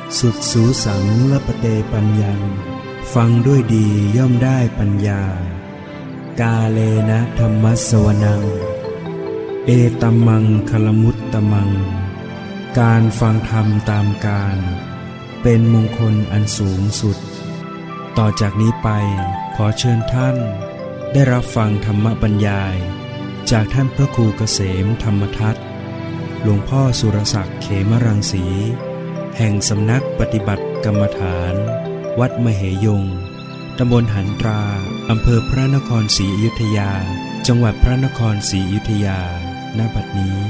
สุดสูสังละปะเตปัญญังฟังด้วยดีย่อมได้ปัญญากาเลนะธรรมัสสวนังเอตัมมังคลมุตตมังการฟังธรรมตามกาลเป็นมงคลอันสูงสุดต่อจากนี้ไปขอเชิญท่านได้รับฟังธรรมบรรยายจากท่านพระครูเกษมธรรมทัศน์หลวงพ่อสุรศักดิ์เขมรังสีแห่งสำนักปฏิบัติกรรมฐานวัดมเหยงตำบลหันตราอำเภอพระนครศรีอยุธยาจังหวัดพระนครศรีอยุธยาณ บัดนี้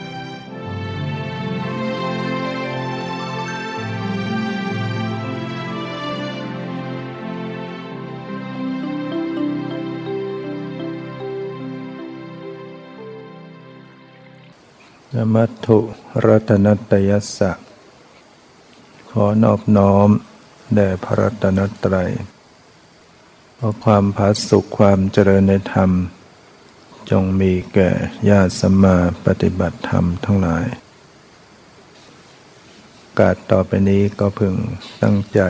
นมัตถุรัตนัตยัสสะขอนอบน้อมแด่พระรัตนตรัยขอความผาสุกความเจริญในธรรมจงมีแก่ญาติสัมมาปฏิบัติธรรมทั้งหลายการต่อไปนี้ก็พึงตั้งใจ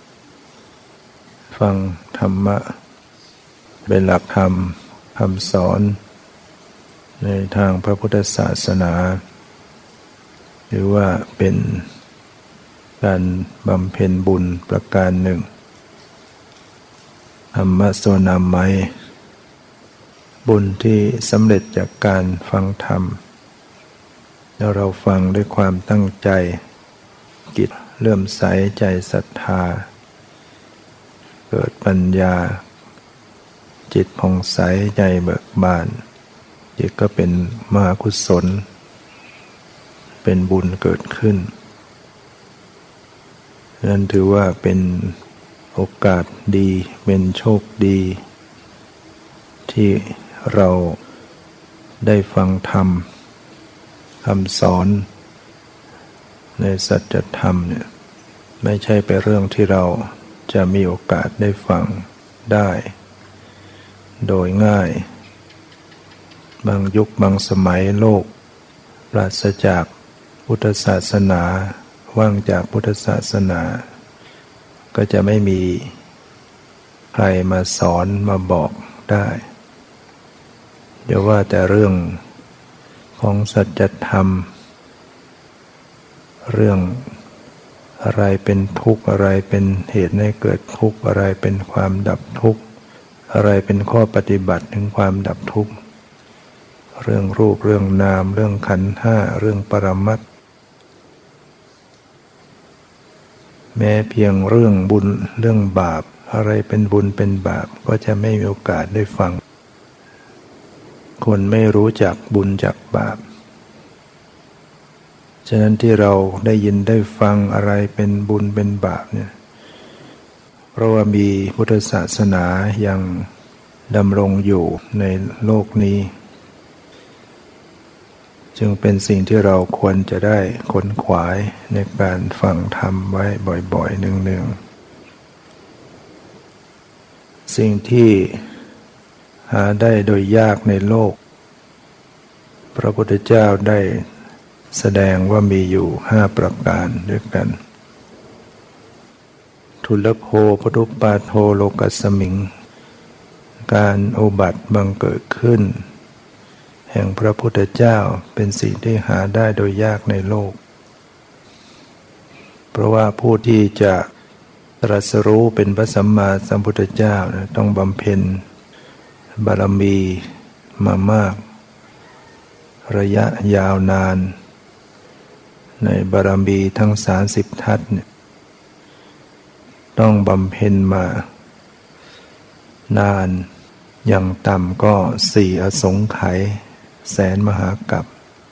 ฟังธรรมะเป็นหลักธรรมคำสอนในทางพระพุทธศาสนาหรือว่าเป็นการบำเพ็ญบุญประการหนึ่งธรรมะโสนามัยบุญที่สำเร็จจากการฟังธรรมแล้วเราฟังด้วยความตั้งใจจิตเลื่อมใสใจศรัทธาเกิดปัญญาจิตผ่องใสใจเบิกบานจิตก็เป็นมหากุศลเป็นบุญเกิดขึ้นนั่นถือว่าเป็นโอกาสดีเป็นโชคดีที่เราได้ฟังธรรมคำสอนในสัจธรรมเนี่ยไม่ใช่เป็นเรื่องที่เราจะมีโอกาสได้ฟังได้โดยง่ายบางยุคบางสมัยโลกปราศจากพุทธศาสนาว่างจากพุทธศาสนาก็จะไม่มีใครมาสอนมาบอกได้อย่าว่าแต่เรื่องของสัจธรรมเรื่องอะไรเป็นทุกข์อะไรเป็นเหตุให้เกิดทุกข์อะไรเป็นความดับทุกข์อะไรเป็นข้อปฏิบัติถึงความดับทุกข์เรื่องรูปเรื่องนามเรื่องขันธ์ห้าเรื่องปรมัตถ์แม้เพียงเรื่องบุญเรื่องบาปอะไรเป็นบุญเป็นบาปก็จะไม่มีโอกาสได้ฟังคนไม่รู้จักบุญจักบาปฉะนั้นที่เราได้ยินได้ฟังอะไรเป็นบุญเป็นบาปเนี่ยเพราะว่ามีพุทธศาสนายังดำรงอยู่ในโลกนี้จึงเป็นสิ่งที่เราควรจะได้ขนขวายในการฟังธรรมไว้บ่อยๆเนืองๆสิ่งที่หาได้โดยยากในโลกพระพุทธเจ้าได้แสดงว่ามีอยู่5ประการด้วยกันทุลโภปทุปปาโทโลกัสสมิงการอุบัติบังเกิดขึ้นแห่งพระพุทธเจ้าเป็นสิ่งที่หาได้โดยยากในโลกเพราะว่าผู้ที่จะตรัสรู้เป็นพระสัมมาสัมพุทธเจ้าต้องบำเพ็ญบารมีมามากระยะยาวนานในบารมีทั้ง30ทัศน์ต้องบำเพ็ญมานานอย่างต่ำก็4อสงไขยแสนมหากัป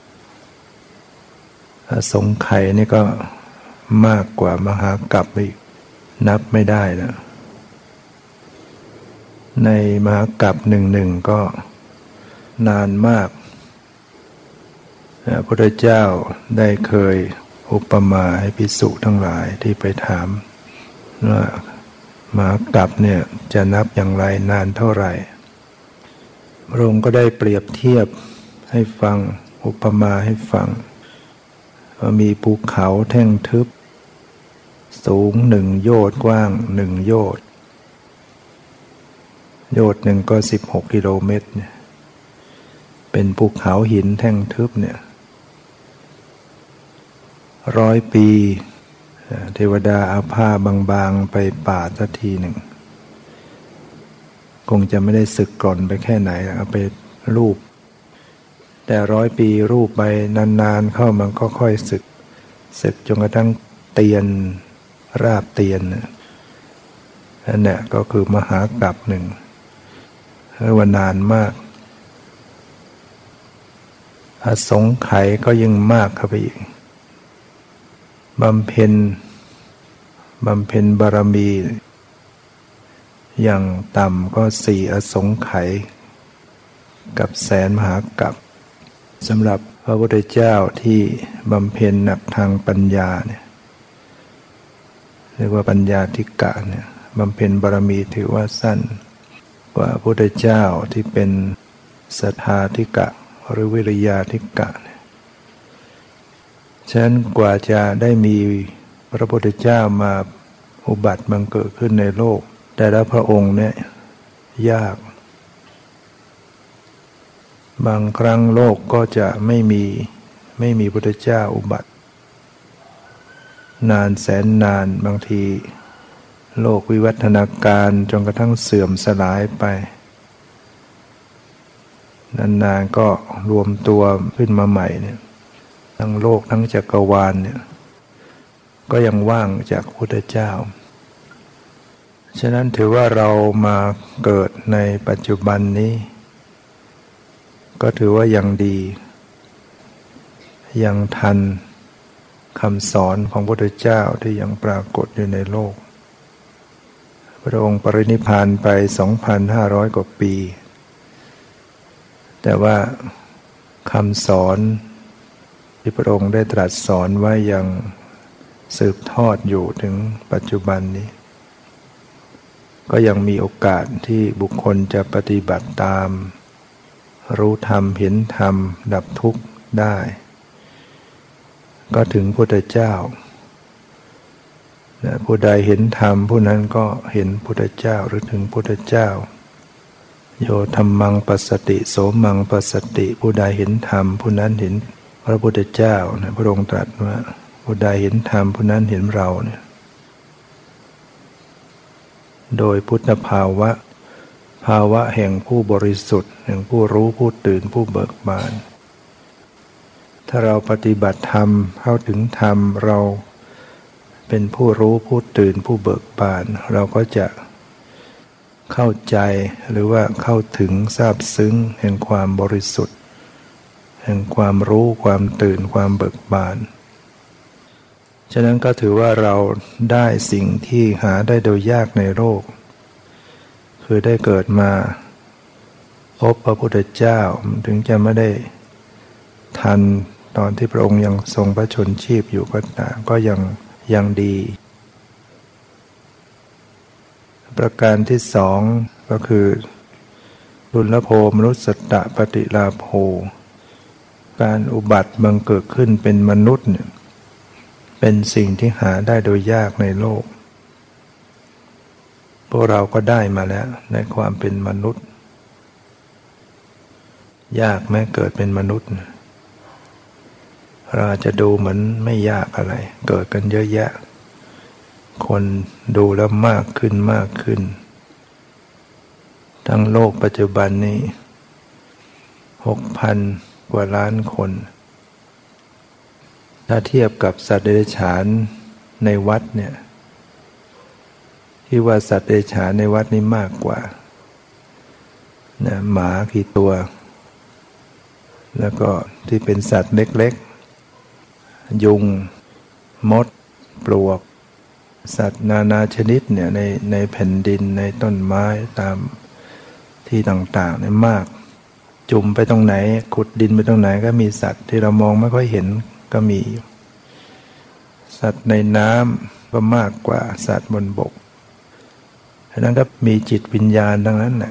อสงไขยนี่ก็มากกว่ามหากัปอีกนับไม่ได้นะในมหากัปหนึ่งก็นานมากพระพุทธเจ้าได้เคยอุปมาให้ภิกษุทั้งหลายที่ไปถามว่ามหากัปเนี่ยจะนับอย่างไรนานเท่าไหร่พระองค์ก็ได้เปรียบเทียบให้ฟังอุปมาให้ฟังว่ามีภูเขาแท่งทึบสูง1 โยชน์กว้าง1 โยชน์โยชน์หนึ่งก็16 กิโลเมตรเนี่ยเป็นภูเขาหินแท่งทึบเนี่ย100 ปีเทวดาเอาผ้าบางๆไปปาดสักทีหนึ่งคงจะไม่ได้สึกกร่อนไปแค่ไหนเอาไปรูปแต่100 ปีรูปไปนานๆเข้ามันก็ค่อยสึกจนกระทั่งเตียนราบเตียนนั่นแหละก็คือมหากาพย์หนึ่งว่านานมากอสงไขยก็ยิ่งมากเข้าไปอีกบำเพ็ญบารมีอย่างต่ำก็4 อสงไขยกับแสนมหากาพย์สำหรับพระพุทธเจ้าที่บำเพ็ญหนักทางปัญญาเนี่ยเรียกว่าปัญญาธิกะเนี่ยบำเพ็ญบารมีถือว่าสั้นกว่าพระพุทธเจ้าที่เป็นสัทธาธิกะหรือวิริยาธิกะฉะนั้นกว่าจะได้มีพระพุทธเจ้ามาอุบัติบังเกิดขึ้นในโลกแต่ละพระองค์เนี่ยยากบางครั้งโลกก็จะไม่มีพุทธเจ้าอุบัตินานแสนนานบางทีโลกวิวัฒนาการจนกระทั่งเสื่อมสลายไปนานๆก็รวมตัวขึ้นมาใหม่เนี่ยทั้งโลกทั้งจักรวาลเนี่ยก็ยังว่างจากพุทธเจ้าฉะนั้นถือว่าเรามาเกิดในปัจจุบันนี้ก็ถือว่ายังดียังทันคำสอนของพระพุทธเจ้าที่ยังปรากฏอยู่ในโลกพระองค์ปรินิพพานไป 2,500 กว่าปีแต่ว่าคำสอนที่พระองค์ได้ตรัสสอนไว้ยังสืบทอดอยู่ถึงปัจจุบันนี้ก็ยังมีโอกาสที่บุคคลจะปฏิบัติตามรู้ธรรมเห็นธรรมดับทุกข์ได้ก็ถึงพุทธเจ้าผู้ใดเห็นธรรมผู้นั้นก็เห็นพุทธเจ้าหรือถึงพุทธเจ้าโยธัมมังปัสสติโสมังปัสสติผู้ใดเห็นธรรมผู้นั้นเห็นพระพุทธเจ้าพระองค์ตรัสว่าผู้ใดเห็นธรรมผู้นั้นเห็นเราเนี่ยโดยพุทธภาวะแห่งผู้บริสุทธิ์แห่งผู้รู้ผู้ตื่นผู้เบิกบานถ้าเราปฏิบัติธรรมเข้าถึงธรรมเราเป็นผู้รู้ผู้ตื่นผู้เบิกบานเราก็จะเข้าใจหรือว่าเข้าถึงทราบซึ้งแห่งความบริสุทธิ์แห่งความรู้ความตื่นความเบิกบานฉะนั้นก็ถือว่าเราได้สิ่งที่หาได้โดยยากในโลกคือได้เกิดมาพบพระพุทธเจ้าถึงจะไม่ได้ทันตอนที่พระองค์ยังทรงพระชนชีพอยู่ก็ตามก็ยังดีประการที่สองก็คือดุลโภมนุสสตปฏิลาโภการอุบัติบังเกิดขึ้นเป็นมนุษย์เนี่ยเป็นสิ่งที่หาได้โดยยากในโลกพวกเราก็ได้มาแล้วในความเป็นมนุษย์ยากไหมเกิดเป็นมนุษย์เราจะดูเหมือนไม่ยากอะไรเกิดกันเยอะแยะคนดูแล้วมากขึ้นทั้งโลกปัจจุบันนี้ 6,000 กว่าล้านคนถ้าเทียบกับสัตว์เดรัจฉานในวัดเนี่ยที่ว่าสัตว์เดรัจฉานในวัดนี้มากกว่านะหมากี่ตัวแล้วก็ที่เป็นสัตว์เล็กๆยุงมดปลวกสัตว์นานาชนิดเนี่ยในแผ่นดินในต้นไม้ตามที่ต่างๆเนี่ยมากจุ่มไปตรงไหนขุดดินไปตรงไหนก็มีสัตว์ที่เรามองไม่ค่อยเห็นก็มีสัตว์ในน้ำก็มากกว่าสัตว์บนบกฉะนั้นก็มีจิตวิญญาณทั้งนั้นแหละ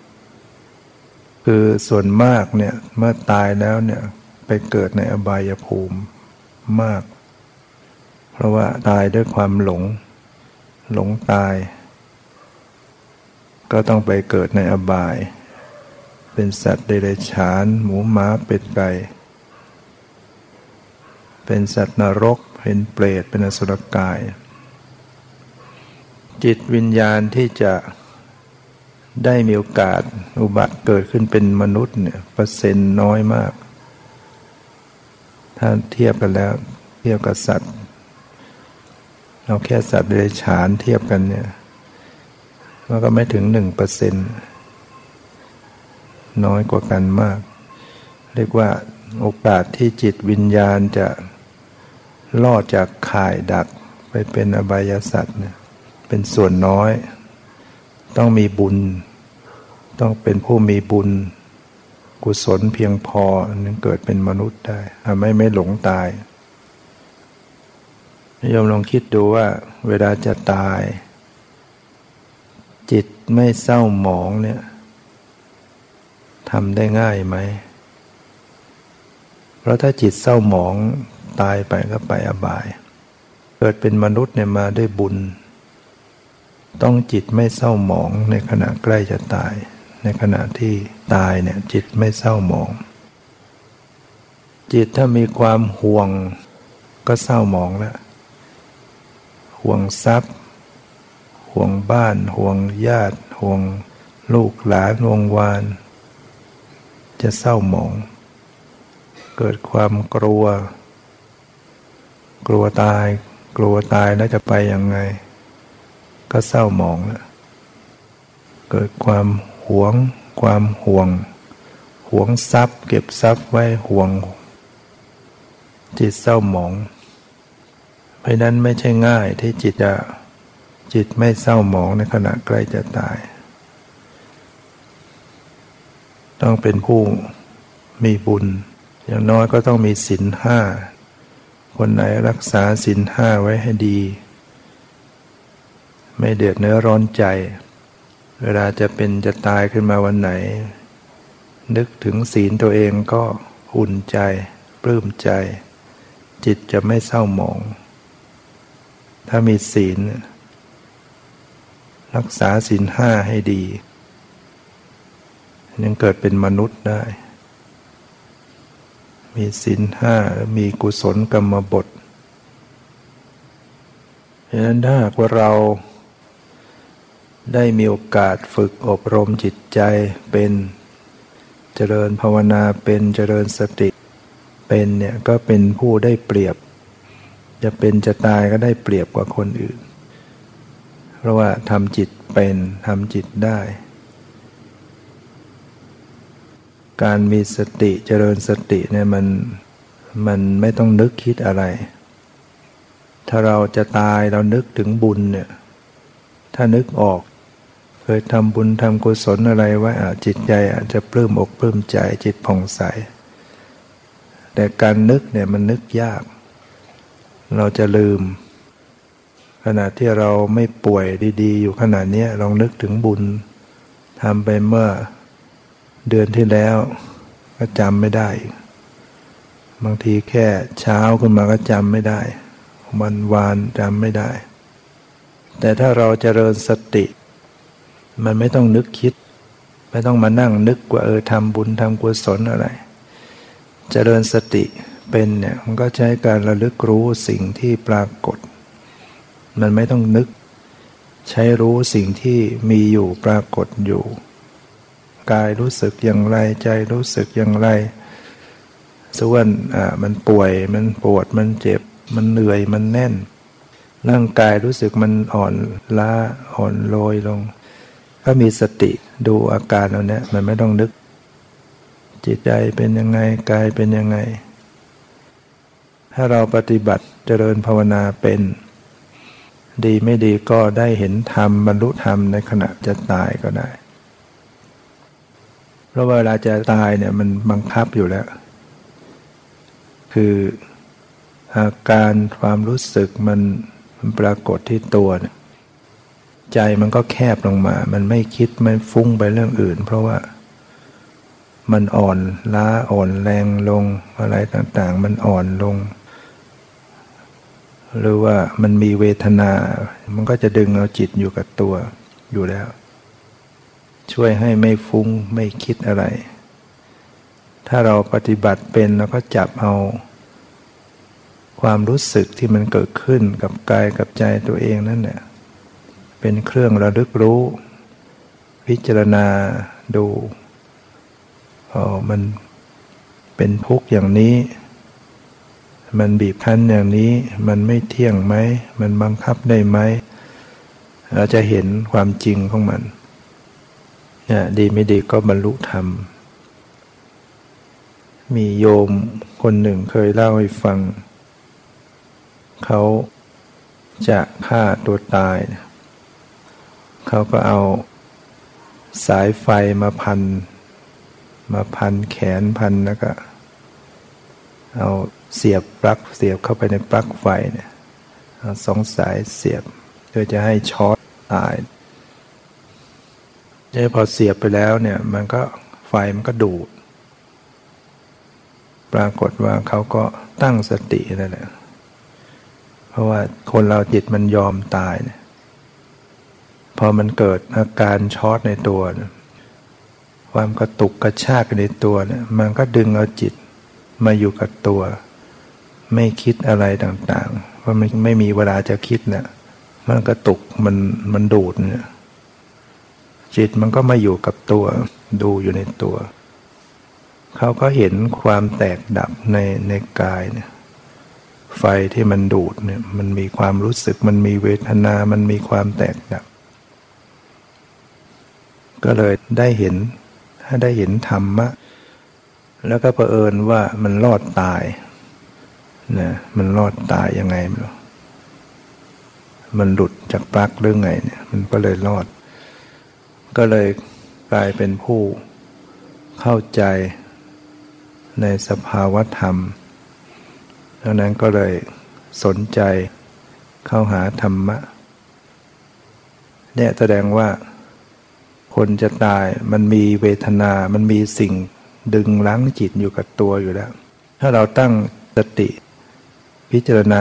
คือส่วนมากเนี่ยเมื่อตายแล้วเนี่ยไปเกิดในอบายภูมิมากเพราะว่าตายด้วยความหลงตายก็ต้องไปเกิดในอบายเป็นสัตว์เดรัจฉานหมูหมาเป็ดไก่เป็นสัตว์นรกเป็นเปรตเป็นอสุรกายจิตวิญญาณที่จะได้มีโอกาสอุบัติเกิดขึ้นเป็นมนุษย์เนี่ยเปอร์เซ็นต์น้อยมากถ้าเทียบกันแล้วเทียบกับสัตว์เราแค่สัตว์เดรัจฉานเทียบกันเนี่ยมันก็ไม่ถึง 1% น้อยกว่ากันมากเรียกว่าโอกาสที่จิตวิญญาณจะลอดจากข่ายดักไปเป็นอบายสัตว์เนี่ยเป็นส่วนน้อยต้องมีบุญต้องเป็นผู้มีบุญกุศลเพียงพอนึงเกิดเป็นมนุษย์ได้ทำให้ไม่หลงตายโยมลองคิดดูว่าเวลาจะตายจิตไม่เศร้าหมองเนี่ยทำได้ง่ายไหมเพราะถ้าจิตเศร้าหมองตายไปก็ไปอบายเกิดเป็นมนุษย์เนี่ยมาด้วยบุญต้องจิตไม่เศร้าหมองในขณะใกล้จะตายในขณะที่ตายเนี่ยจิตไม่เศร้าหมองจิตถ้ามีความห่วงก็เศร้าหมองแล้วห่วงทรัพย์ห่วงบ้านห่วงญาติห่วงลูกหลานวงวานจะเศร้าหมองเกิดความกลัวตายแล้วจะไปยังไงก็เศร้าหมองแล้วเกิดความหวงทรัพย์เก็บทรัพย์ไว้ห่วงจิตเศร้าหมองเพราะนั้นไม่ใช่ง่ายที่จิตไม่เศร้าหมองในขณะใกล้จะตายต้องเป็นผู้มีบุญอย่างน้อยก็ต้องมีศีล 5คนไหนรักษาศีล 5ไว้ให้ดีไม่เดือดเนื้อร้อนใจเวลาจะเป็นจะตายขึ้นมาวันไหนนึกถึงศีลตัวเองก็อุ่นใจปลื้มใจจิตจะไม่เศร้าหมองถ้ามีศีลรักษาศีล 5ให้ดียังเกิดเป็นมนุษย์ได้มีศีล 5มีกุศลกรรมบทฉะนั้นถ้าหากว่าเราได้มีโอกาสฝึกอบรมจิตใจเป็นเจริญภาวนาเป็นเจริญสติเป็นเนี่ยก็เป็นผู้ได้เปรียบจะเป็นจะตายก็ได้เปรียบกว่าคนอื่นเพราะว่าทำจิตเป็นทำจิตได้การมีสติเจริญสติเนี่ยมันไม่ต้องนึกคิดอะไรถ้าเราจะตายเรานึกถึงบุญเนี่ยถ้านึกออกเคยทำบุญทำกุศลอะไรไว้จิตใจอาจจะปลื้มอกปลื้มใจจิตผ่องใสแต่การนึกเนี่ยมันนึกยากเราจะลืมขณะที่เราไม่ป่วยดีๆอยู่ขณะนี้ลองนึกถึงบุญทำไปเมื่อเดือนที่แล้วก็จำไม่ได้บางทีแค่เช้าขึ้นมาก็จำไม่ได้วันวานจำไม่ได้แต่ถ้าเราเจริญสติมันไม่ต้องนึกคิดไม่ต้องมานั่งนึกว่าทำบุญทำกุศลอะไรเจริญสติเป็นเนี่ยมันก็ใช้การระลึกรู้สิ่งที่ปรากฏมันไม่ต้องนึกใช้รู้สิ่งที่มีอยู่ปรากฏอยู่กายรู้สึกอย่างไรใจรู้สึกอย่างไรส่วนมันป่วยมันปวดมันเจ็บมันเหนื่อยมันแน่นร่างกายรู้สึกมันอ่อนล้าอ่อนโรยลงถ้ามีสติดูอาการเหล่านี้มันไม่ต้องนึกจิตใจเป็นยังไงกายเป็นยังไงถ้าเราปฏิบัติเจริญภาวนาเป็นดีไม่ดีก็ได้เห็นธรรมบรรลุธรรมในขณะจะตายก็ได้เพราะเวลาจะตายเนี่ยมันบังคับอยู่แล้วคืออาการความรู้สึกมันปรากฏที่ตัวเนี่ยใจมันก็แคบลงมามันไม่คิดไม่ฟุ้งไปเรื่องอื่นเพราะว่ามันอ่อนล้าอ่อนแรงลงอะไรต่างๆมันอ่อนลงหรือว่ามันมีเวทนามันก็จะดึงเอาจิตอยู่กับตัวอยู่แล้วช่วยให้ไม่ฟุ้งไม่คิดอะไรถ้าเราปฏิบัติเป็นเราก็จับเอาความรู้สึกที่มันเกิดขึ้นกับกายกับใจตัวเองนั่นแหละเป็นเครื่องระลึกรู้พิจารณาดูมันเป็นทุกข์อย่างนี้มันบีบคั้นอย่างนี้มันไม่เที่ยงไหมมันบังคับได้ไหมเราจะเห็นความจริงของมันดีไม่ดีก็บรรลุธรรมมีโยมคนหนึ่งเคยเล่าให้ฟังเขาจะฆ่าตัวตายเขาก็เอาสายไฟมาพันแขนพันแล้วก็เอาเสียบปลั๊กเสียบเข้าไปในปลั๊กไฟเนี่ยเอา2 สายเสียบเพื่อจะให้ช็อตตายพอเสียบไปแล้วเนี่ยไฟมันก็ดูดปรากฏว่าเขาก็ตั้งสตินั่นแหละเพราะว่าคนเราจิตมันยอมตายเนี่ยพอมันเกิดอาการช็อตในตัวเนี่ยความกระตุกกระชากในตัวเนี่ยมันก็ดึงเอาจิตมาอยู่กับตัวไม่คิดอะไรต่างๆเพราะมันไม่มีเวลาจะคิดเนี่ยมันกระตุกมันดูดเนี่ยจิตมันก็มาอยู่กับตัวดูอยู่ในตัวเขาก็เห็นความแตกดับในกายเนี่ยไฟที่มันดูดเนี่ยมันมีความรู้สึกมันมีเวทนามันมีความแตกดับก็เลยได้เห็นธรรมะแล้วก็เผอิญว่ามันรอดตายนะมันรอดตายยังไงไม่รู้มันหลุดจากปลั๊กหรือไงเนี่ยมันก็เลยรอดก็เลยกลายเป็นผู้เข้าใจในสภาวธรรมดังนั้นก็เลยสนใจเข้าหาธรรมะเนี่ยแสดงว่าคนจะตายมันมีเวทนามันมีสิ่งดึงรั้งจิตอยู่กับตัวอยู่แล้วถ้าเราตั้งสติพิจารณา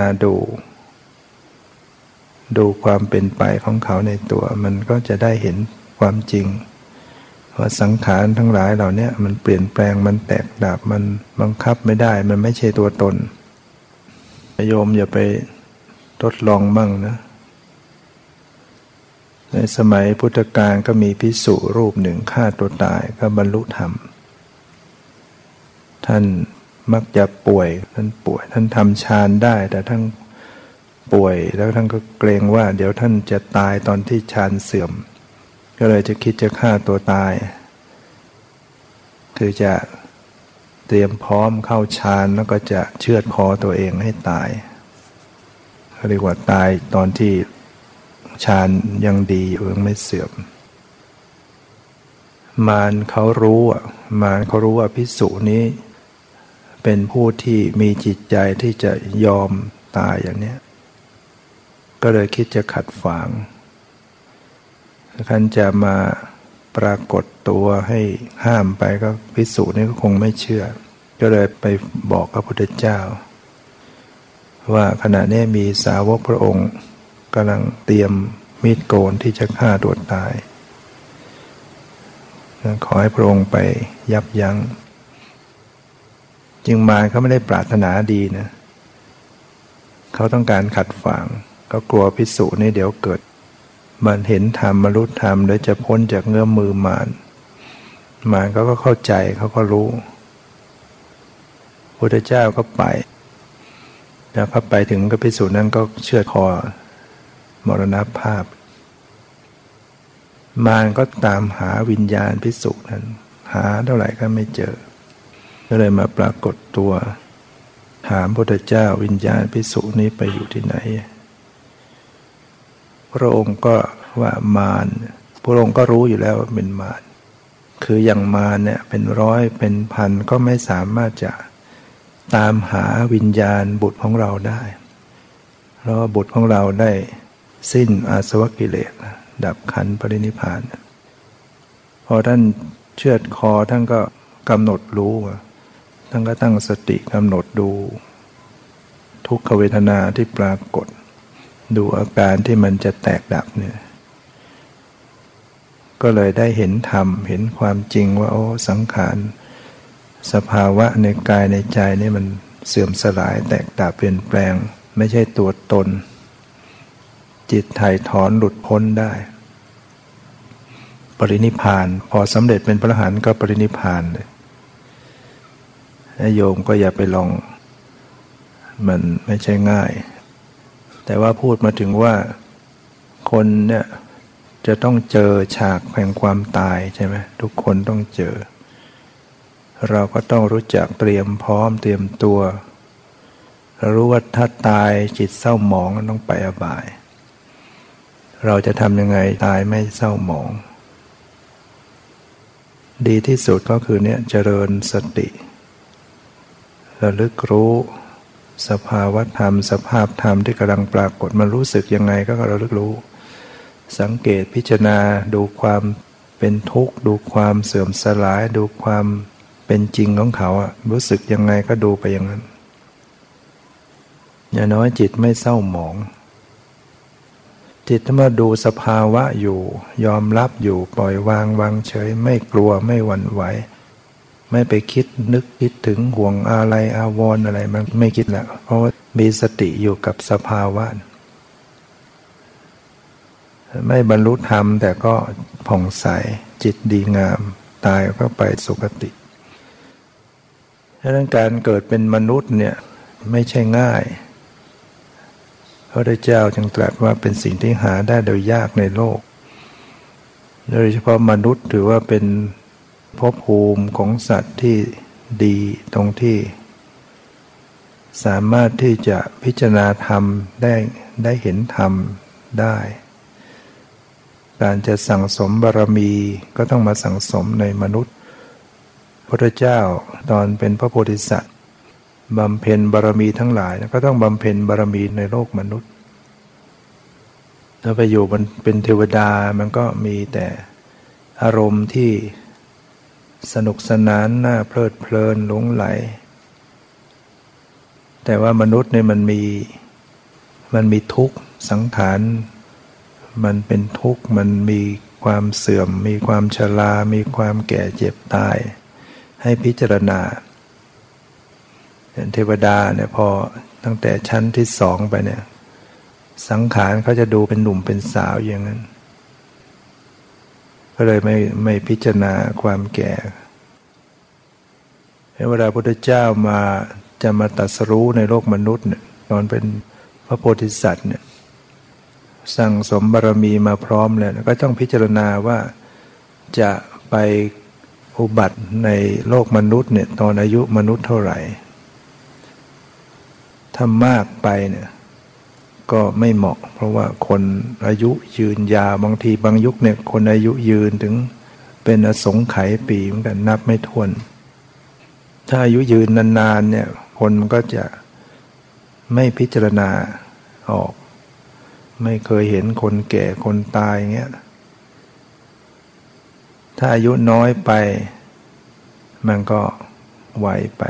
ดูความเป็นไปของเขาในตัวมันก็จะได้เห็นความจริงว่าสังขารทั้งหลายเหล่านี้มันเปลี่ยนแปลงมันแตกดับมันบังคับไม่ได้มันไม่ใช่ตัวตนโยมอย่าไปทดลองบ้างนะในสมัยพุทธกาลก็มีภิกษุรูปหนึ่งฆ่าตัวตายก็บรรลุธรรมท่านมักจะป่วยท่านทำฌานได้แต่ท่านป่วยแล้วท่านก็เกรงว่าเดี๋ยวท่านจะตายตอนที่ฌานเสื่อมก็เลยจะคิดจะฆ่าตัวตายคือจะเตรียมพร้อมเข้าฌานแล้วก็จะเชือดคอตัวเองให้ตายเขาเรียกว่าตายตอนที่ฌานยังดีอยู่ยังไม่เสื่อมมารเขารู้ว่าภิกษุนี้เป็นผู้ที่มีจิตใจที่จะยอมตายอย่างนี้ก็เลยคิดจะขัดขวางท่านจะมาปรากฏตัวให้ห้ามไปก็ภิกษุนี้ก็คงไม่เชื่อก็เลยไปบอกพระพุทธเจ้าว่าขณะนี้มีสาวกพระองค์กำลังเตรียมมีดโกนที่จะฆ่าตัวตายขอให้พระองค์ไปยับยั้งจึงมารเขาไม่ได้ปรารถนาดีนะเขาต้องการขัดขวางก็กลัวภิกษุนี้เดี๋ยวเกิดมันเห็นธรรมบรรลุธรรมแล้วจะพ้นจากเงื้อมมือมารเขาก็เข้าใจเขาก็รู้พระพุทธเจ้าก็ไปแล้วพอไปถึงก็ภิกษุนั้นก็เชือดคอมรณภาพมารก็ตามหาวิญญาณภิกษุนั้นหาเท่าไหร่ก็ไม่เจอก็เลยมาปรากฏตัวถามพระพุทธเจ้าวิญญาณภิกษุนี้ไปอยู่ที่ไหนพระองค์ก็ว่ามารพระองค์ก็รู้อยู่แล้วว่าเป็นมารคืออย่างมารเนี่ยเป็นร้อยเป็นพันก็ไม่สามารถจะตามหาวิญญาณบุตรของเราได้เพราะบุตรของเราได้สิ้นอาสวะกิเลสดับขันธ์ปรินิพพานพอท่านเชือดคอท่านก็กำหนดรู้ท่านก็ตั้งสติกำหนดดูททุกขเวทนาที่ปรากฏดูอาการที่มันจะแตกดับเนี่ยก็เลยได้เห็นธรรมเห็นความจริงว่าโอ้สังขารสภาวะในกายในใจนี่มันเสื่อมสลายแตกดับเปลี่ยนแปลงไม่ใช่ตัวตนจิตถ่ายถอนหลุดพ้นได้ปรินิพพานพอสำเร็จเป็นพระอรหันต์ก็ปรินิพพานเลยโยมก็อย่าไปลองมันไม่ใช่ง่ายแต่ว่าพูดมาถึงว่าคนเนี่ยจะต้องเจอฉากแห่งความตายใช่ไหมทุกคนต้องเจอเราก็ต้องรู้จักเตรียมพร้อมเตรียมตัวเรารู้ว่าถ้าตายจิตเศร้าหมองต้องไปอบายเราจะทำยังไงตายไม่เศร้าหมองดีที่สุดก็คือเนี่ยเจริญสติระลึกรู้สภาวะธรรมสภาพธรรมที่กำลังปรากฏมันรู้สึกยังไงก็ระลึกรู้สังเกตพิจารณาดูความเป็นทุกข์ดูความเสื่อมสลายดูความเป็นจริงของเขารู้สึกยังไงก็ดูไปอย่างนั้นอย่างน้อยจิตไม่เศร้าหมองจิตถ้ามาดูสภาวะอยู่ยอมรับอยู่ปล่อยวางวางเฉยไม่กลัวไม่หวั่นไหวไม่ไปคิดนึกคิดถึงห่วงอะไรอาวรณ์อะไรมันไม่คิดแล้วเพราะว่ามีสติอยู่กับสภาวะไม่บรรลุธรรมแต่ก็ผ่องใสจิตดีงามตายก็ไปสุคติดังนั้นการเกิดเป็นมนุษย์เนี่ยไม่ใช่ง่ายพระพุทธเจ้าจึงตรัสว่าเป็นสิ่งที่หาได้โดยยากในโลกโดยเฉพาะมนุษย์ถือว่าเป็นภพภูมิของสัตว์ที่ดีตรงที่สามารถที่จะพิจารณาธรรมได้เห็นธรรมได้การจะสั่งสมบารมีก็ต้องมาสั่งสมในมนุษย์พระพุทธเจ้าตอนเป็นพระโพธิสัตว์บำเพ็ญบารมีทั้งหลายก็ต้องบำเพ็ญบารมีในโลกมนุษย์ถ้าไปอยู่มันเป็นเทวดามันก็มีแต่อารมณ์ที่สนุกสนานน่าเพลิดเพลินหลงไหลแต่ว่ามนุษย์เนี่ยมันมีทุกข์สังขารมันเป็นทุกข์มันมีความเสื่อมมีความชรามีความแก่เจ็บตายให้พิจารณาเทวดาเนี่ยพอตั้งแต่ชั้นที่สองไปเนี่ยสังขารเขาจะดูเป็นหนุ่มเป็นสาวอย่างนั้นก็เลยไม่พิจารณาความแก่เวลาพระพุทธเจ้าจะมาตรัสรู้ในโลกมนุษย์เนี่ยตอนเป็นพระโพธิสัตว์เนี่ยสั่งสมบารมีมาพร้อมแล้วก็ต้องพิจารณาว่าจะไปอุบัติในโลกมนุษย์เนี่ยตอนอายุมนุษย์เท่าไหร่ถ้ามากไปเนี่ยก็ไม่เหมาะเพราะว่าคนอายุยืนยาวบางทีบางยุคเนี่ยคนอายุยืนถึงเป็นอสงไขยปีเหมือนกันนับไม่ถ้วนถ้าอายุยืนนานๆเนี่ยคนมันก็จะไม่พิจารณาออกไม่เคยเห็นคนแก่คนตายอย่างเงี้ยถ้าอายุน้อยไปมันก็ไวไป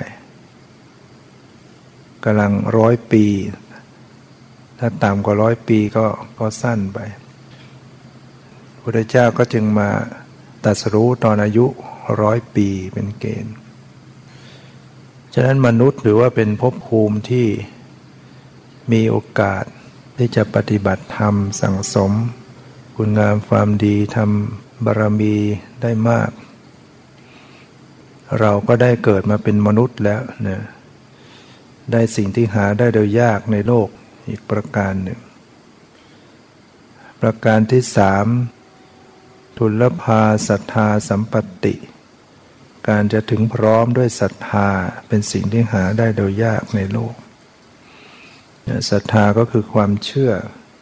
กำลัง100 ปีถ้าต่ำกว่า100 ปีก็สั้นไปพระพุทธเจ้าก็จึงมาตรัสรู้ตอนอายุ100 ปีเป็นเกณฑ์ฉะนั้นมนุษย์ถือว่าเป็นภพภูมิที่มีโอกาสที่จะปฏิบัติธรรมสั่งสมคุณงามความดีทำบารมีได้มากเราก็ได้เกิดมาเป็นมนุษย์แล้วนะได้สิ่งที่หาได้โดยยากในโลกอีกประการหนึ่งประการที่3ทุลลภาศรัทธาสัมปติการจะถึงพร้อมด้วยศรัทธาเป็นสิ่งที่หาได้โดยยากในโลกศรัทธาก็คือความเชื่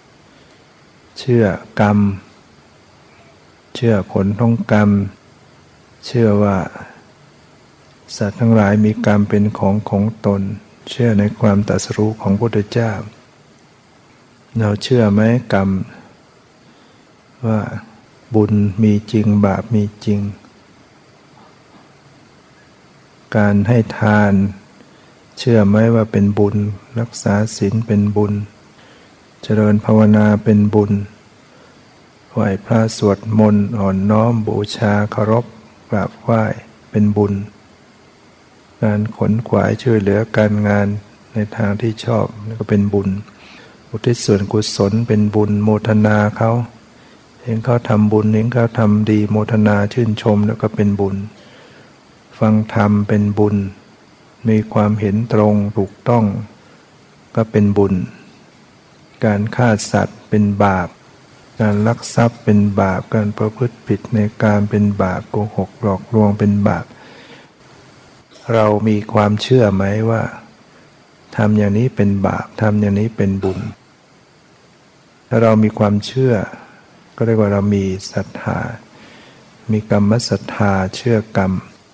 อกรรมเชื่อผลของกรรมเชื่อว่าสัตว์ทั้งหลายมีกรรมเป็นของตนเชื่อในความตรัสรู้ของพระพุทธเจ้าเราเชื่อไหมกรรมว่าบุญมีจริงบาปมีจริงการให้ทานเชื่อไหมว่าเป็นบุญรักษาศีลเป็นบุญเจริญภาวนาเป็นบุญไหว้พระสวดมนต์อ่อนน้อมบูชาเคารพกราบไหว้เป็นบุญการขนขวายช่วยเหลือการงานในทางที่ชอบนี่ก็เป็นบุญอุทิศส่วนกุศลเป็นบุญโมทนาเขาเห็นเขาทำบุญเห็นเขาทำดีโมทนาชื่นชมแล้วก็เป็นบุญฟังธรรมเป็นบุญมีความเห็นตรงถูกต้องก็เป็นบุญการฆ่าสัตว์เป็นบาปการลักทรัพย์เป็นบาปการประพฤติผิดในการเป็นบาปโกหกหลอกลวงเป็นบาปเรามีความเชื่อไหมว่าทำอย่างนี้เป็นบาปทำอย่างนี้เป็นบุญถ้าเรามีความเชื่อก็เรียกว่าเรามีศรัทธามีกรรมศรัทธาเชื่อกรรม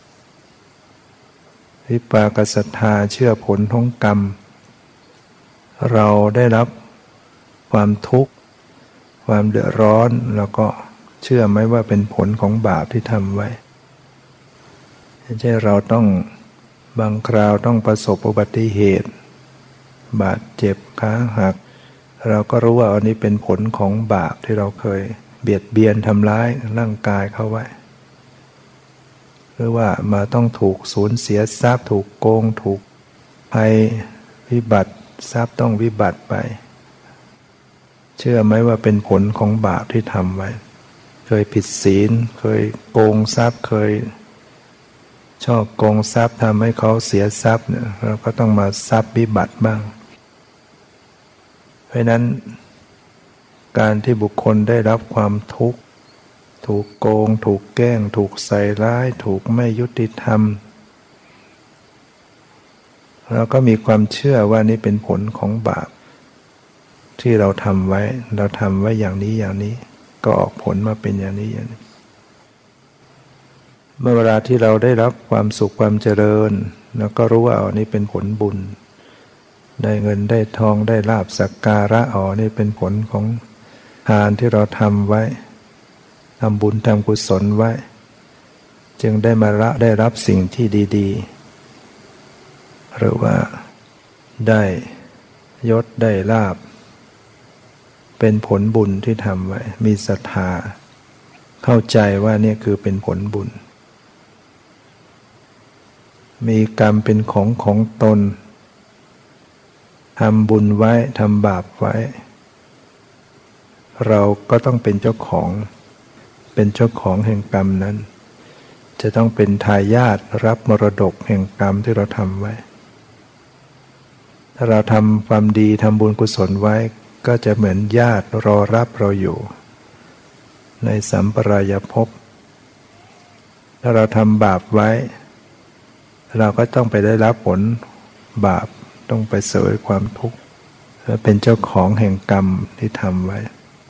วิปากศรัทธาเชื่อผลของกรรมเราได้รับความทุกข์ความเดือดร้อนแล้วก็เชื่อไหมว่าเป็นผลของบาปที่ทำไว้ไม่ใช่เราต้องบางคราวต้องประสบอุบัติเหตุบาดเจ็บขาหักเราก็รู้ว่าอันนี้เป็นผลของบาปที่เราเคยเบียดเบียนทำร้ายร่างกายเขาไว้หรือว่ามาต้องถูกสูญเสียทรัพย์ถูกโกงถูกภัยวิบัติทรัพย์ต้องวิบัติไปเชื่อไหมว่าเป็นผลของบาปที่ทำไว้เคยผิดศีลเคยโกงทรัพย์เคยชอบโกงทรัพย์ทำให้เขาเสียทรัพย์เนี่ยเราก็ต้องมาทรัพย์วิบัติบ้างเพราะนั้นการที่บุคคลได้รับความทุกข์ถูกโกงถูกแกล้งถูกใส่ร้ายถูกไม่ยุติธรรมเราก็มีความเชื่อว่านี่เป็นผลของบาปที่เราทำไว้อย่างนี้อย่างนี้ก็ออกผลมาเป็นอย่างนี้อย่างนี้เมื่อเวลาที่เราได้รับความสุขความเจริญเราก็รู้ว่านี่เป็นผลบุญได้เงินได้ทองได้ลาภสักการะนี่เป็นผลของทานที่เราทำไว้ทำบุญทำกุศลไว้จึงได้มาได้รับสิ่งที่ดีๆหรือว่าได้ยศได้ลาภเป็นผลบุญที่ทำไว้มีศรัทธาเข้าใจว่านี่คือเป็นผลบุญมีกรรมเป็นของตนทำบุญไว้ทำบาปไว้เราก็ต้องเป็นเจ้าของแห่งกรรมนั้นจะต้องเป็นทายาทรับมรดกแห่งกรรมที่เราทำไว้ถ้าเราทำความดีทำบุญกุศลไว้ก็จะเหมือนญาติรอรับเราอยู่ในสัมปรายภพถ้าเราทำบาปไว้เราก็ต้องไปได้รับผลบาปต้องไปเสวยความทุกข์และเป็นเจ้าของแห่งกรรมที่ทำไว้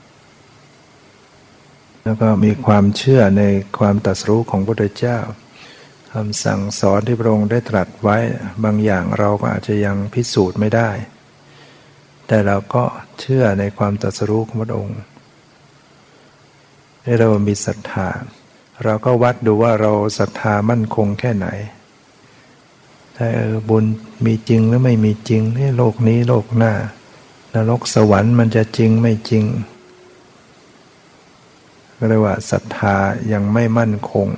แล้วก็มีความเชื่อในความตรัสรู้ของพระพุทธเจ้าคำสั่งสอนที่พระองค์ได้ตรัสไว้บางอย่างเราก็อาจจะยังพิสูจน์ไม่ได้แต่เราก็เชื่อในความตรัสรู้ของพระองค์ให้เรามีศรัทธาเราก็วัดดูว่าเราศรัทธามั่นคงแค่ไหนถ้าบุญมีจริงหรือไม่มีจริงในโลกนี้โลกหน้านรกสวรรค์มันจะจริงไม่จริงก็เรียกว่าศรัทธายังไม่มั่นคง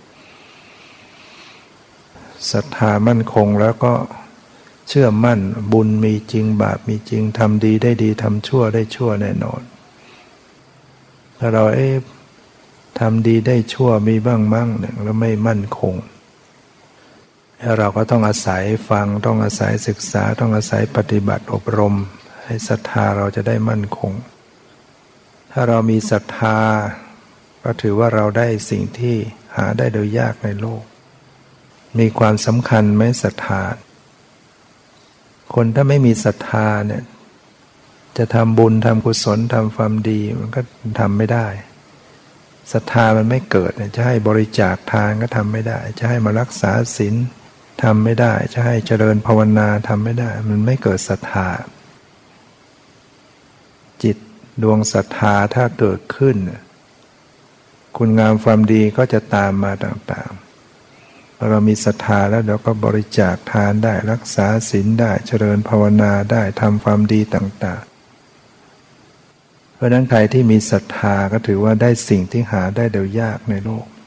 ศรัทธามั่นคงแล้วก็เชื่อมั่นบุญมีจริงบาปมีจริงทำดีได้ดีทำชั่วได้ชั่วแน่นอนถ้าเราทำดีได้ชั่วมีบ้างมั่งเนี่ยแล้วไม่มั่นคงแล้วเราก็ต้องอาศัยฟังต้องอาศัยศึกษาต้องอาศัยปฏิบัติอบรมให้ศรัทธาเราจะได้มั่นคงถ้าเรามีศรัทธาก็ถือว่าเราได้สิ่งที่หาได้โดยยากในโลกมีความสำคัญไหมศรัทธาคนถ้าไม่มีศรัทธาเนี่ยจะทำบุญทำกุศลทำความดีมันก็ทำไม่ได้ศรัทธามันไม่เกิดจะให้บริจาคทานก็ทำไม่ได้จะให้มารักษาศีลทำไม่ได้จะให้เจริญภาวนาทำไม่ได้มันไม่เกิดศรัทธาจิตดวงศรัทธาถ้าเกิดขึ้นคุณงามความดีก็จะตามมาต่างเรามีศรัทธาแล้วเราก็บริจาคทานได้รักษาศีลได้เจริญภาวนาได้ทำความดีต่างๆเพราะฉะนั้นใครที่มีศรัทธาก็ถือว่าได้สิ่งที่หาได้โดยยากในโลก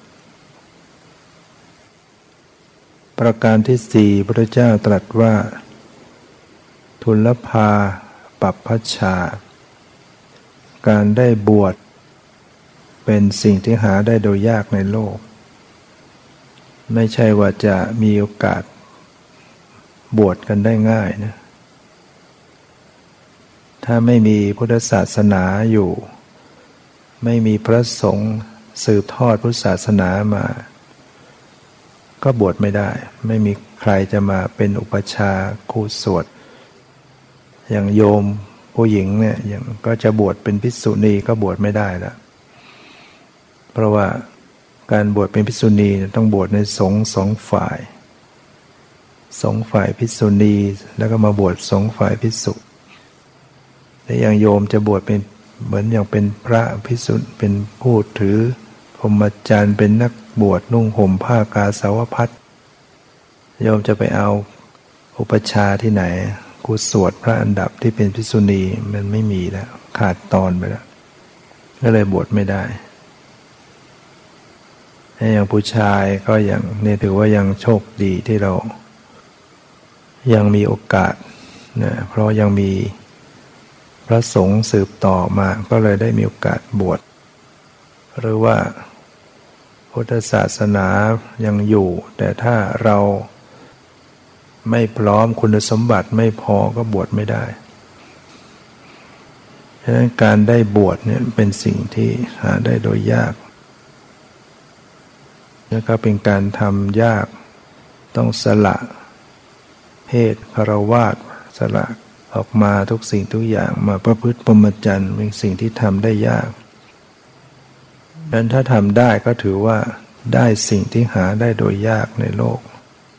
ประการที่สี่พระพุทธเจ้าตรัสว่าทุลลภาปัปพชาการได้บวชเป็นสิ่งที่หาได้โดยยากในโลกไม่ใช่ว่าจะมีโอกาสบวชกันได้ง่ายนะถ้าไม่มีพุทธศาสนาอยู่ไม่มีพระสงฆ์สืบทอดพุทธศาสนามาก็บวชไม่ได้ไม่มีใครจะมาเป็นอุปัชฌาย์ครูสวดอย่างโยมผู้หญิงเนี่ยอย่างก็จะบวชเป็นภิกษุณีก็บวชไม่ได้แล้วเพราะว่าการบวชเป็นภิกษุณีต้องบวชในสงฆ์สองฝ่ายสงฆ์ฝ่ายภิกษุณีแล้วก็มาบวชสงฆ์ฝ่ายภิกษุและอย่างโยมจะบวชเป็นเหมือนอย่างเป็นพระภิกษุเป็นผู้ถือพรหมจรรย์เป็นนักบวชนุ่งห่มผ้ากาสาวพัสโยมจะไปเอาอุปัชฌาย์ที่ไหนครูสวดพระอันดับที่เป็นภิกษุณีมันไม่มีแล้วขาดตอนไปแล้วก็เลยบวชไม่ได้อย่างผู้ชายก็อย่างนี่ถือว่ายังโชคดีที่เรายังมีโอกาสนะเพราะยังมีพระสงฆ์สืบต่อมาก็เลยได้มีโอกาสบวชหรือว่าพุทธศาสนายังอยู่แต่ถ้าเราไม่พร้อมคุณสมบัติไม่พอก็บวชไม่ได้ฉะนั้นการได้บวชเนี่ยเป็นสิ่งที่หาได้โดยยากแล้วก็เป็นการทำยากต้องสละเพศฆราวาสสละออกมาทุกสิ่งทุกอย่างมาประพฤติพรหมจรรย์เป็นสิ่งที่ทำได้ยากดังนั้นถ้าทำได้ก็ถือว่าได้สิ่งที่หาได้โดยยากในโลก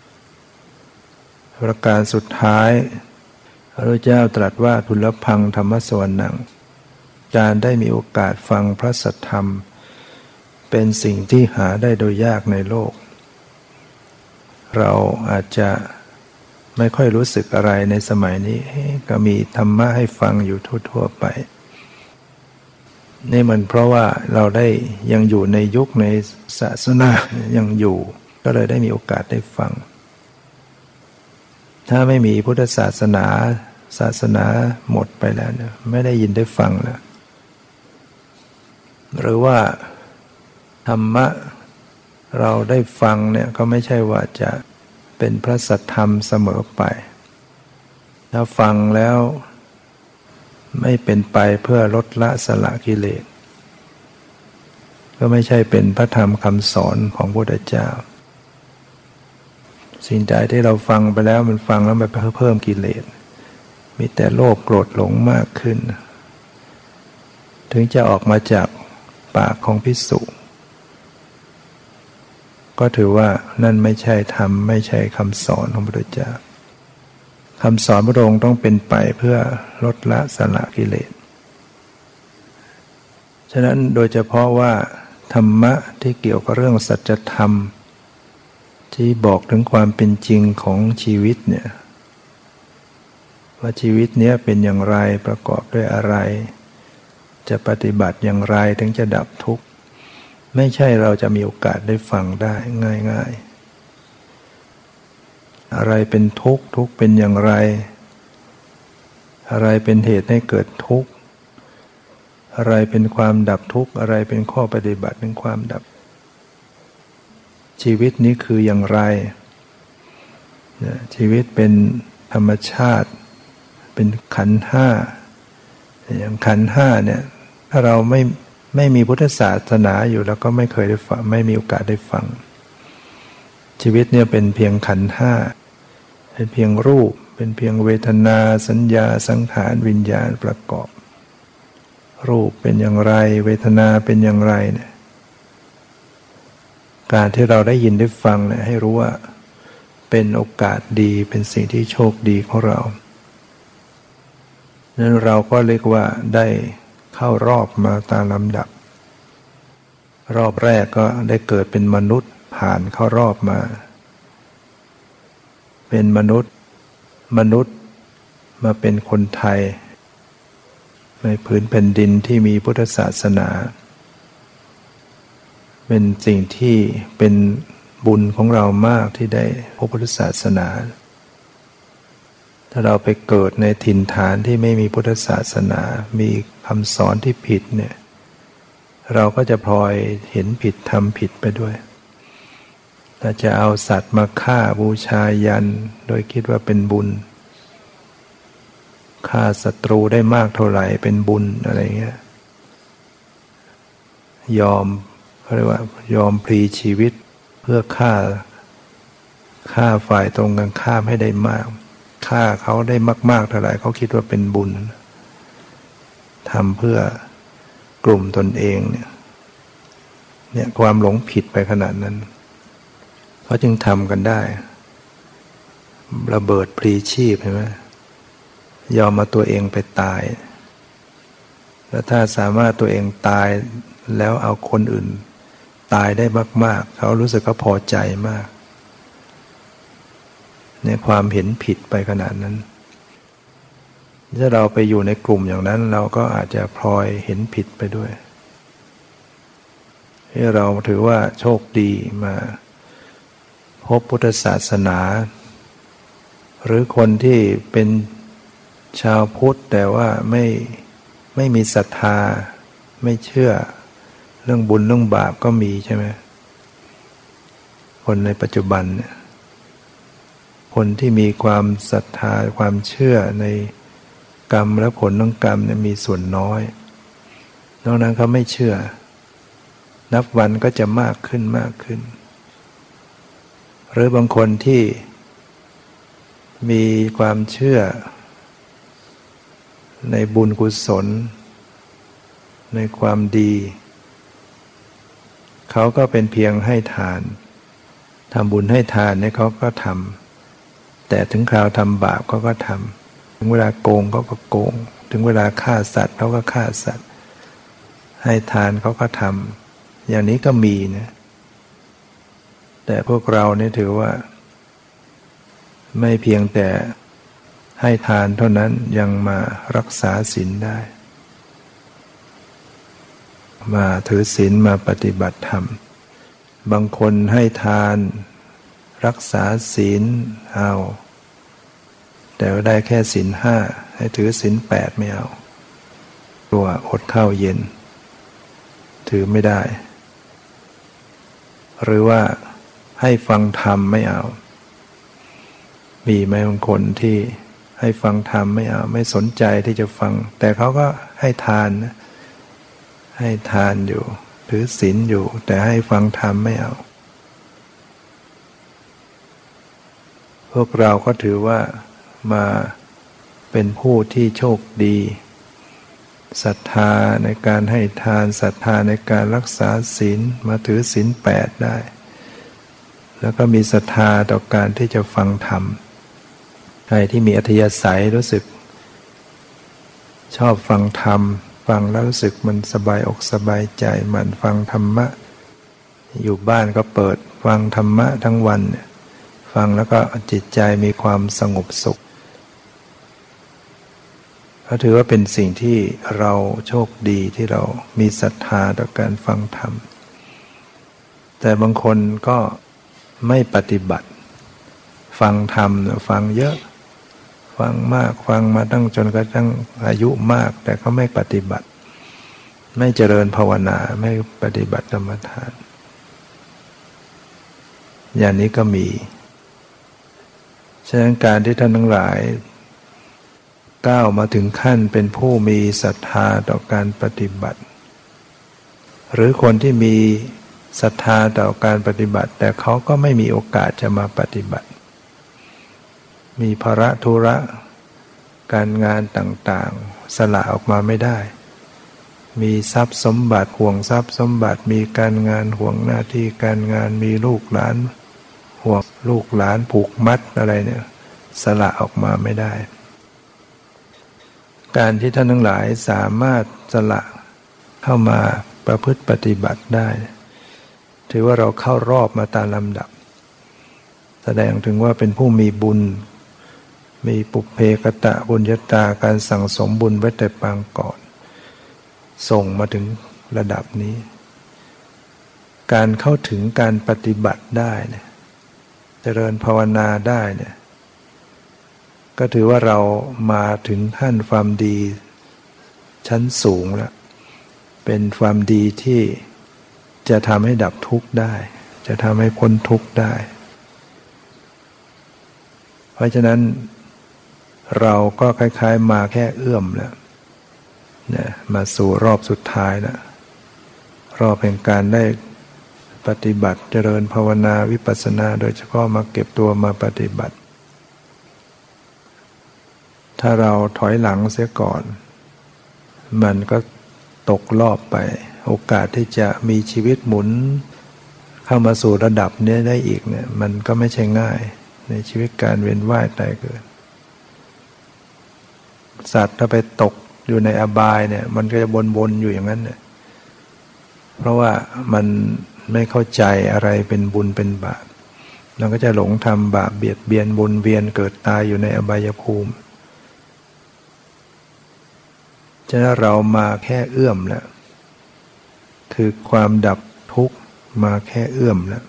ประการสุดท้ายพระพุทธเจ้าตรัสว่าทุลลพังธรรมสวนังการได้มีโอกาสฟังพระสัทธรรมเป็นสิ่งที่หาได้โดยยากในโลกเราอาจจะไม่ค่อยรู้สึกอะไรในสมัยนี้ก็มีธรรมะให้ฟังอยู่ทั่วๆไปนี่มันเพราะว่าเราได้ยังอยู่ในยุคในศาสนายังอยู่ก็เลยได้มีโอกาสได้ฟังถ้าไม่มีพุทธศาสนาหมดไปแล้วเนี่ยไม่ได้ยินได้ฟังแล้วหรือว่าธรรมะเราได้ฟังเนี่ยก็ไม่ใช่ว่าจะเป็นพระสัทธรรมเสมอไปถ้าฟังแล้วไม่เป็นไปเพื่อลดละสละกิเลสก็ไม่ใช่เป็นพระธรรมคำสอนของพระพุทธเจ้าสิ่งใดที่เราฟังไปแล้วมันฟังแล้วมันเพิ่มกิเลสมีแต่โลภโกรธหลงมากขึ้นถึงจะออกมาจากปากของภิกษุก็ถือว่านั่นไม่ใช่ธรรมไม่ใช่คำสอนของพระพุทธเจ้าคำสอนพระองค์ต้องเป็นไปเพื่อลดละสละกิเลสฉะนั้นโดยเฉพาะว่าธรรมะที่เกี่ยวกับเรื่องสัจธรรมที่บอกถึงความเป็นจริงของชีวิตเนี่ยว่าชีวิตนี้เป็นอย่างไรประกอบด้วยอะไรจะปฏิบัติอย่างไรถึงจะดับทุกข์ไม่ใช่เราจะมีโอกาสได้ฟังได้ง่ายๆอะไรเป็นทุกข์ทุกข์เป็นอย่างไรอะไรเป็นเหตุให้เกิดทุกข์อะไรเป็นความดับทุกข์อะไรเป็นข้อปฏิบัติถึงความดับชีวิตนี้คืออย่างไรชีวิตเป็นธรรมชาติเป็นขันธ์ห้าอย่างขันธ์ห้าเนี่ยถ้าเราไม่มีพุทธศาสนาอยู่แล้วก็ไม่เคยได้ฟังไม่มีโอกาสได้ฟังชีวิตเนี่ยเป็นเพียงขันธ์ห้าเป็นเพียงรูปเป็นเพียงเวทนาสัญญาสังขารวิญญาณประกอบรูปเป็นอย่างไรเวทนาเป็นอย่างไรเนี่ยการที่เราได้ยินได้ฟังเนี่ยให้รู้ว่าเป็นโอกาสดีเป็นสิ่งที่โชคดีของเรานั้นเราก็เรียกว่าได้เข้ารอบมาตามลำดับรอบแรกก็ได้เกิดเป็นมนุษย์ผ่านเข้ารอบมาเป็นมนุษย์มาเป็นคนไทยในผืนแผ่นดินที่มีพุทธศาสนาเป็นสิ่งที่เป็นบุญของเรามากที่ได้พบพุทธศาสนาถ้าเราไปเกิดในถิ่นฐานที่ไม่มีพุทธศาสนามีคำสอนที่ผิดเนี่ยเราก็จะพลอยเห็นผิดทำผิดไปด้วยถ้าจะเอาสัตว์มาฆ่าบูชายันโดยคิดว่าเป็นบุญฆ่าศัตรูได้มากเท่าไหร่เป็นบุญอะไรเงี้ยเขาเรียกว่ายอมพลีชีวิตเพื่อฆ่าฝ่ายตรงกันข้ามให้ได้มากฆ่าเขาได้มากๆเท่าไหร่เขาคิดว่าเป็นบุญทำเพื่อกลุ่มตนเองเนี่ยความหลงผิดไปขนาดนั้นเขาจึงทำกันได้ระเบิดพลีชีพใช่ไหมยอมมาตัวเองไปตายแล้วถ้าสามารถตัวเองตายแล้วเอาคนอื่นตายได้มากๆเขารู้สึกเขาพอใจมากในความเห็นผิดไปขนาดนั้นถ้าเราไปอยู่ในกลุ่มอย่างนั้นเราก็อาจจะพลอยเห็นผิดไปด้วยที่เราถือว่าโชคดีมาพบพุทธศาสนาหรือคนที่เป็นชาวพุทธแต่ว่าไม่มีศรัทธาไม่เชื่อเรื่องบุญเรื่องบาปก็มีใช่ไหมคนในปัจจุบันเนี่ยคนที่มีความศรัทธาความเชื่อในกรรมและผลของกรรมเนี่ยมีส่วนน้อยนอกนั้นเขาไม่เชื่อนับวันก็จะมากขึ้นหรือบางคนที่มีความเชื่อในบุญกุศลในความดีเขาก็เป็นเพียงให้ทานทำบุญให้ทานเนี่ยเขาก็ทำแต่ถึงคราวทำบาปเขาก็ทำถึงเวลาโกงเขาก็โกงถึงเวลาฆ่าสัตว์เขาก็ฆ่าสัตว์ให้ทานเขาก็ทำอย่างนี้ก็มีนะแต่พวกเราเนี่ยถือว่าไม่เพียงแต่ให้ทานเท่านั้นยังมารักษาศีลได้มาถือศีลมาปฏิบัติธรรมบางคนให้ทานรักษาศีลเอาแต่ว่าได้แค่ศีล 5ให้ถือศีล 8ไม่เอาตัวอดข้าวเย็นถือไม่ได้หรือว่าให้ฟังธรรมไม่เอามีไหมบางคนที่ให้ฟังธรรมไม่เอาไม่สนใจที่จะฟังแต่เขาก็ให้ทานนะให้ทานอยู่ถือศีลอยู่แต่ให้ฟังธรรมไม่เอาพวกเราก็ถือว่ามาเป็นผู้ที่โชคดีศรัทธาในการให้ทานศรัทธาในการรักษาศีลมาถือศีล 8ได้แล้วก็มีศรัทธาต่อการที่จะฟังธรรมใครที่มีอัธยาศัยรู้สึกชอบฟังธรรมฟังแล้วรู้สึกมันสบายอกสบายใจมันฟังธรรมะอยู่บ้านก็เปิดฟังธรรมะทั้งวันฟังแล้วก็จิตใจมีความสงบสุขก็ถือว่าเป็นสิ่งที่เราโชคดีที่เรามีศรัทธาต่อการฟังธรรมแต่บางคนก็ไม่ปฏิบัติฟังธรรมฟังเยอะฟังมากฟังมาตั้งจนกระทั่งอายุมากแต่เขาไม่ปฏิบัติไม่เจริญภาวนาไม่ปฏิบัติกรรมฐานอย่างนี้ก็มีฉะนั้นการที่ท่านทั้งหลายก้าวมาถึงขั้นเป็นผู้มีศรัทธาต่อการปฏิบัติหรือคนที่มีศรัทธาต่อการปฏิบัติแต่เขาก็ไม่มีโอกาสจะมาปฏิบัติมีภาระธุระการงานต่างๆสละออกมาไม่ได้มีทรัพย์สมบัติห่วงทรัพย์สมบัติมีการงานห่วงหน้าที่การงานมีลูกหลานห่วงลูกหลานผูกมัดอะไรเนี่ยสละออกมาไม่ได้การที่ท่านทั้งหลายสามารถสละเข้ามาประพฤติปฏิบัติได้ถือว่าเราเข้ารอบมาตามลำดับแสดงถึงว่าเป็นผู้มีบุญมีปุพเพกตะบุญญาตาการสั่งสมบุญไว้แต่ปางก่อนส่งมาถึงระดับนี้การเข้าถึงการปฏิบัติได้เนี่ยเจริญภาวนาได้เนี่ยก็ถือว่าเรามาถึงขั้นความดีชั้นสูงแล้วเป็นความดีที่จะทำให้ดับทุกข์ได้จะทำให้พ้นทุกข์ได้เพราะฉะนั้นเราก็คล้ายๆมาแค่เอื้อมแล้วนะมาสู่รอบสุดท้ายแล้วรอบแห่งการได้ปฏิบัติเจริญภาวนาวิปัสสนาโดยเฉพาะมาเก็บตัวมาปฏิบัติถ้าเราถอยหลังเสียก่อนมันก็ตกรอบไปโอกาสที่จะมีชีวิตหมุนเข้ามาสู่ระดับนี้ได้อีกเนี่ยมันก็ไม่ใช่ง่ายในชีวิตการเวียนว่ายตายเกิดสัตว์ถ้าไปตกอยู่ในอบายเนี่ยมันก็จะวนๆอยู่อย่างนั้นเนี่ยเพราะว่ามันไม่เข้าใจอะไรเป็นบุญเป็นบาปเราก็จะหลงทำบาปเบียดเบียนวนเวียนเกิดตายอยู่ในอบายภูมิฉะนั้นเรามาแค่เอื้อมแล้วคือความดับทุกข์มาแค่เอื้อมแล้ว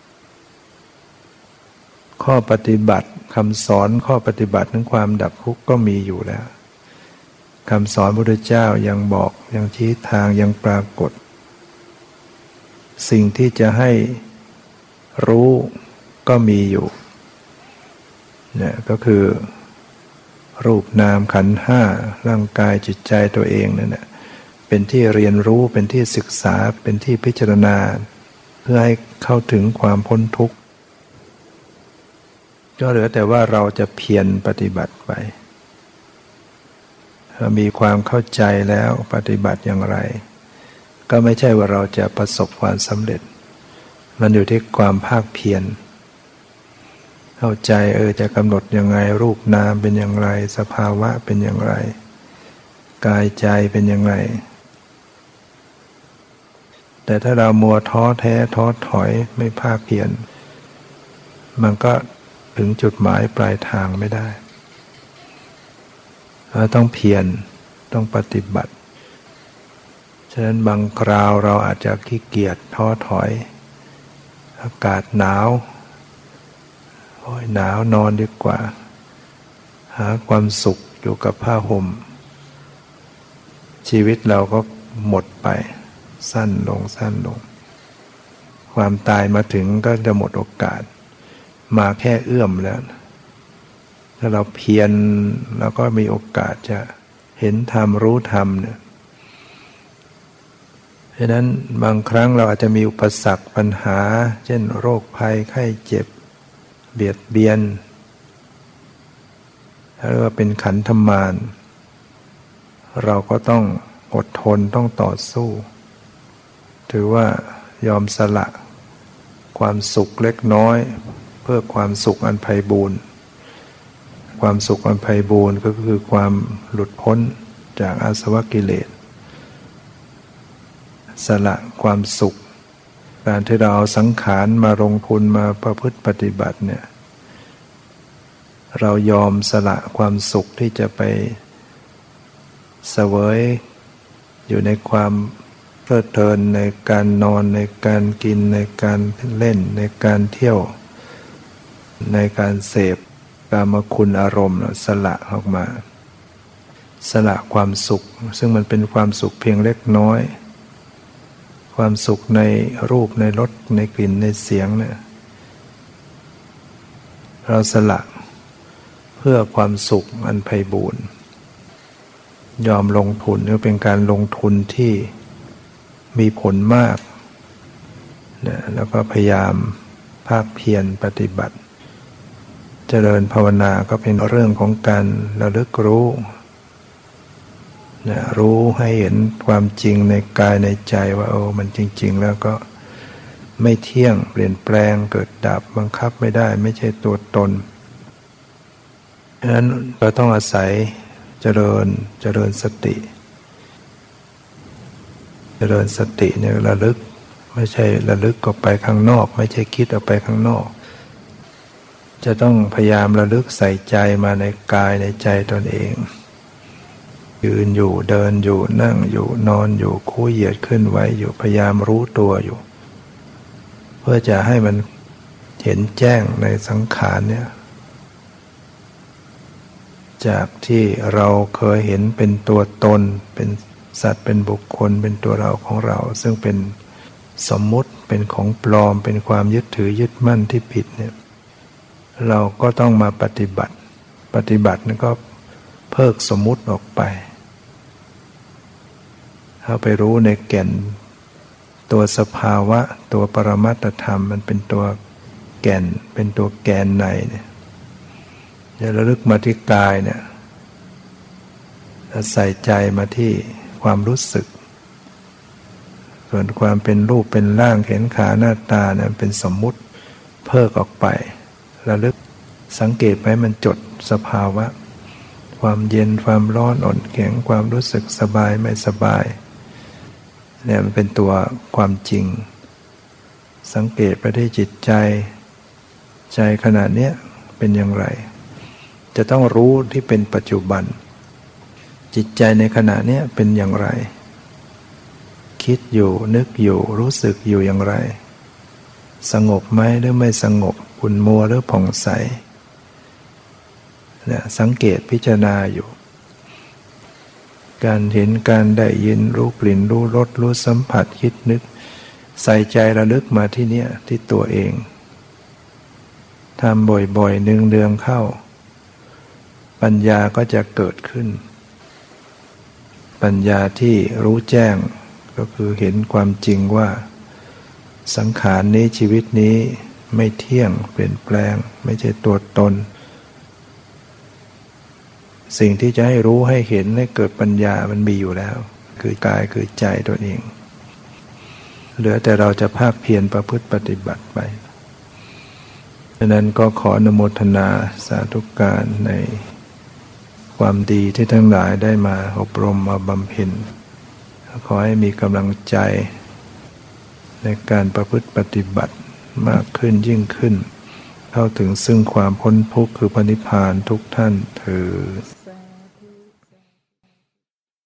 ข้อปฏิบัติคำสอนข้อปฏิบัติถึงความดับทุกข์ก็มีอยู่แล้วคำสอนพระพุทธเจ้ายังบอกยังชี้ทางยังปรากฏสิ่งที่จะให้รู้ก็มีอยู่เนี่ยก็คือรูปนามขันธ์ห้าร่างกายจิตใจตัวเองนั่นแหละเป็นที่เรียนรู้เป็นที่ศึกษาเป็นที่พิจารณาเพื่อให้เข้าถึงความพ้นทุกข์ก็เหลือแต่ว่าเราจะเพียรปฏิบัติไปมีความเข้าใจแล้วปฏิบัติอย่างไรก็ไม่ใช่ว่าเราจะประสบความสำเร็จมันอยู่ที่ความภาคเพียรเข้าใจจะกำหนดยังไงรูปนามเป็นอย่างไรสภาวะเป็นอย่างไรกายใจเป็นอย่างไรแต่ถ้าเรามัวท้อแท้ท้อถอยไม่ภาคเพียรมันก็ถึงจุดหมายปลายทางไม่ได้เราต้องเพียรต้องปฏิบัติฉะนั้นบางคราวเราอาจจะขี้เกียจท้อถอยอากาศหนาวโอ้ยหนาวนอนดีกว่าหาความสุขอยู่กับผ้าห่มชีวิตเราก็หมดไปสั้นลงความตายมาถึงก็จะหมดโอกาสมาแค่เอื้อมแล้วถ้าเราเพียรเราก็มีโอกาสจะเห็นธรรมรู้ธรรมเนี่ยเพราะนั้นบางครั้งเราอาจจะมีอุปสรรคปัญหาเช่นโรคภัยไข้เจ็บเบียดเบียนเรียกว่าเป็นขันธมารเราก็ต้องอดทนต้องต่อสู้ถือว่ายอมสละความสุขเล็กน้อยเพื่อความสุขอันไพบูลย์ความสุขอันไพบูลย์ก็คือความหลุดพ้นจากอาสวะกิเลสสละความสุขการที่เราเอาสังขารมาลงทุนมาประพฤติปฏิบัติเนี่ยเรายอมสละความสุขที่จะไปเสวยอยู่ในความเพลิดเพลินในการนอนในการกินในการเล่นในการเที่ยวในการเสพกามคุณอารมณ์สละออกมาสละความสุขซึ่งมันเป็นความสุขเพียงเล็กน้อยความสุขในรูปในรสในกลิ่นในเสียงเนี่ยเราสละเพื่อความสุขอันไพบูลย์ยอมลงทุนก็เป็นการลงทุนที่มีผลมากนะแล้วก็พยายามภาคเพียรปฏิบัติเจริญภาวนาก็เป็นเรื่องของการระลึกรู้นะรู้ให้เห็นความจริงในกายในใจว่ามันจริงๆแล้วก็ไม่เที่ยงเปลี่ยนแปลงเกิดดับบังคับไม่ได้ไม่ใช่ตัวตนฉะนั้นเราต้องอาศัยเจริญสติเนี่ยระลึกไม่ใช่ระลึกออกไปข้างนอกไม่ใช่คิดออกไปข้างนอกจะต้องพยายามระลึกใส่ใจมาในกายในใจตนเองยืนอยู่เดินอยู่นั่งอยู่นอนอยู่คู่เหยียดขึ้นไว้อยู่พยายามรู้ตัวอยู่เพื่อจะให้มันเห็นแจ้งในสังขารเนี่ยจากที่เราเคยเห็นเป็นตัวตนเป็นสัตว์เป็นบุคคลเป็นตัวเราของเราซึ่งเป็นสมมุติเป็นของปลอมเป็นความยึดถือยึดมั่นที่ผิดเนี่ยเราก็ต้องมาปฏิบัตินั่นก็เพิกสมมุติออกไปเข้าไปรู้ในแก่นตัวสภาวะตัวปรมัตถธรรมมันเป็นตัวแก่นเป็นตัวแกนในเนี่ยจะระลึกมาที่กายเนี่ยใส่ใจมาที่ความรู้สึกส่วนความเป็นรูปเป็นร่างแขนขาหน้าตาเนี่ยเป็นสมมุติเพิกออกไประลึกสังเกตไหมมันจดสภาวะความเย็นความร้อนอ่อนแข็งความรู้สึกสบายไม่สบายเนี่ยมันเป็นตัวความจริงสังเกตไปที่จิตใจขณะเนี้ยเป็นอย่างไรจะต้องรู้ที่เป็นปัจจุบันจิตใจในขณะเนี้ยเป็นอย่างไรคิดอยู่นึกอยู่รู้สึกอยู่อย่างไรสงบไหมหรือไม่สงบขุ่นมัวหรือผ่องใสเนี่ยสังเกตพิจารณาอยู่การเห็นการได้ยินรู้กลิ่นรู้รสรู้สัมผัสคิดนึกใส่ใจระลึกมาที่เนี่ยที่ตัวเองทำบ่อยๆเนืองๆเข้าปัญญาก็จะเกิดขึ้นปัญญาที่รู้แจ้งก็คือเห็นความจริงว่าสังขารนี้ชีวิตนี้ไม่เที่ยงเปลี่ยนแปลงไม่ใช่ตัวตนสิ่งที่จะให้รู้ให้เห็นให้เกิดปัญญามันมีอยู่แล้วคือกายคือใจตัวเองเหลือแต่เราจะภาคเพียรประพฤติปฏิบัติไปฉะนั้นก็ขออนุโมทนาสาธุการในความดีที่ทั้งหลายได้มาอบรมมาบำเพ็ญขอให้มีกำลังใจในการประพฤติปฏิบัติมากขึ้นยิ่งขึ้นเข้าถึงซึ่งความพ้นทุกข์คือพระนิพพานทุกท่านเทอญ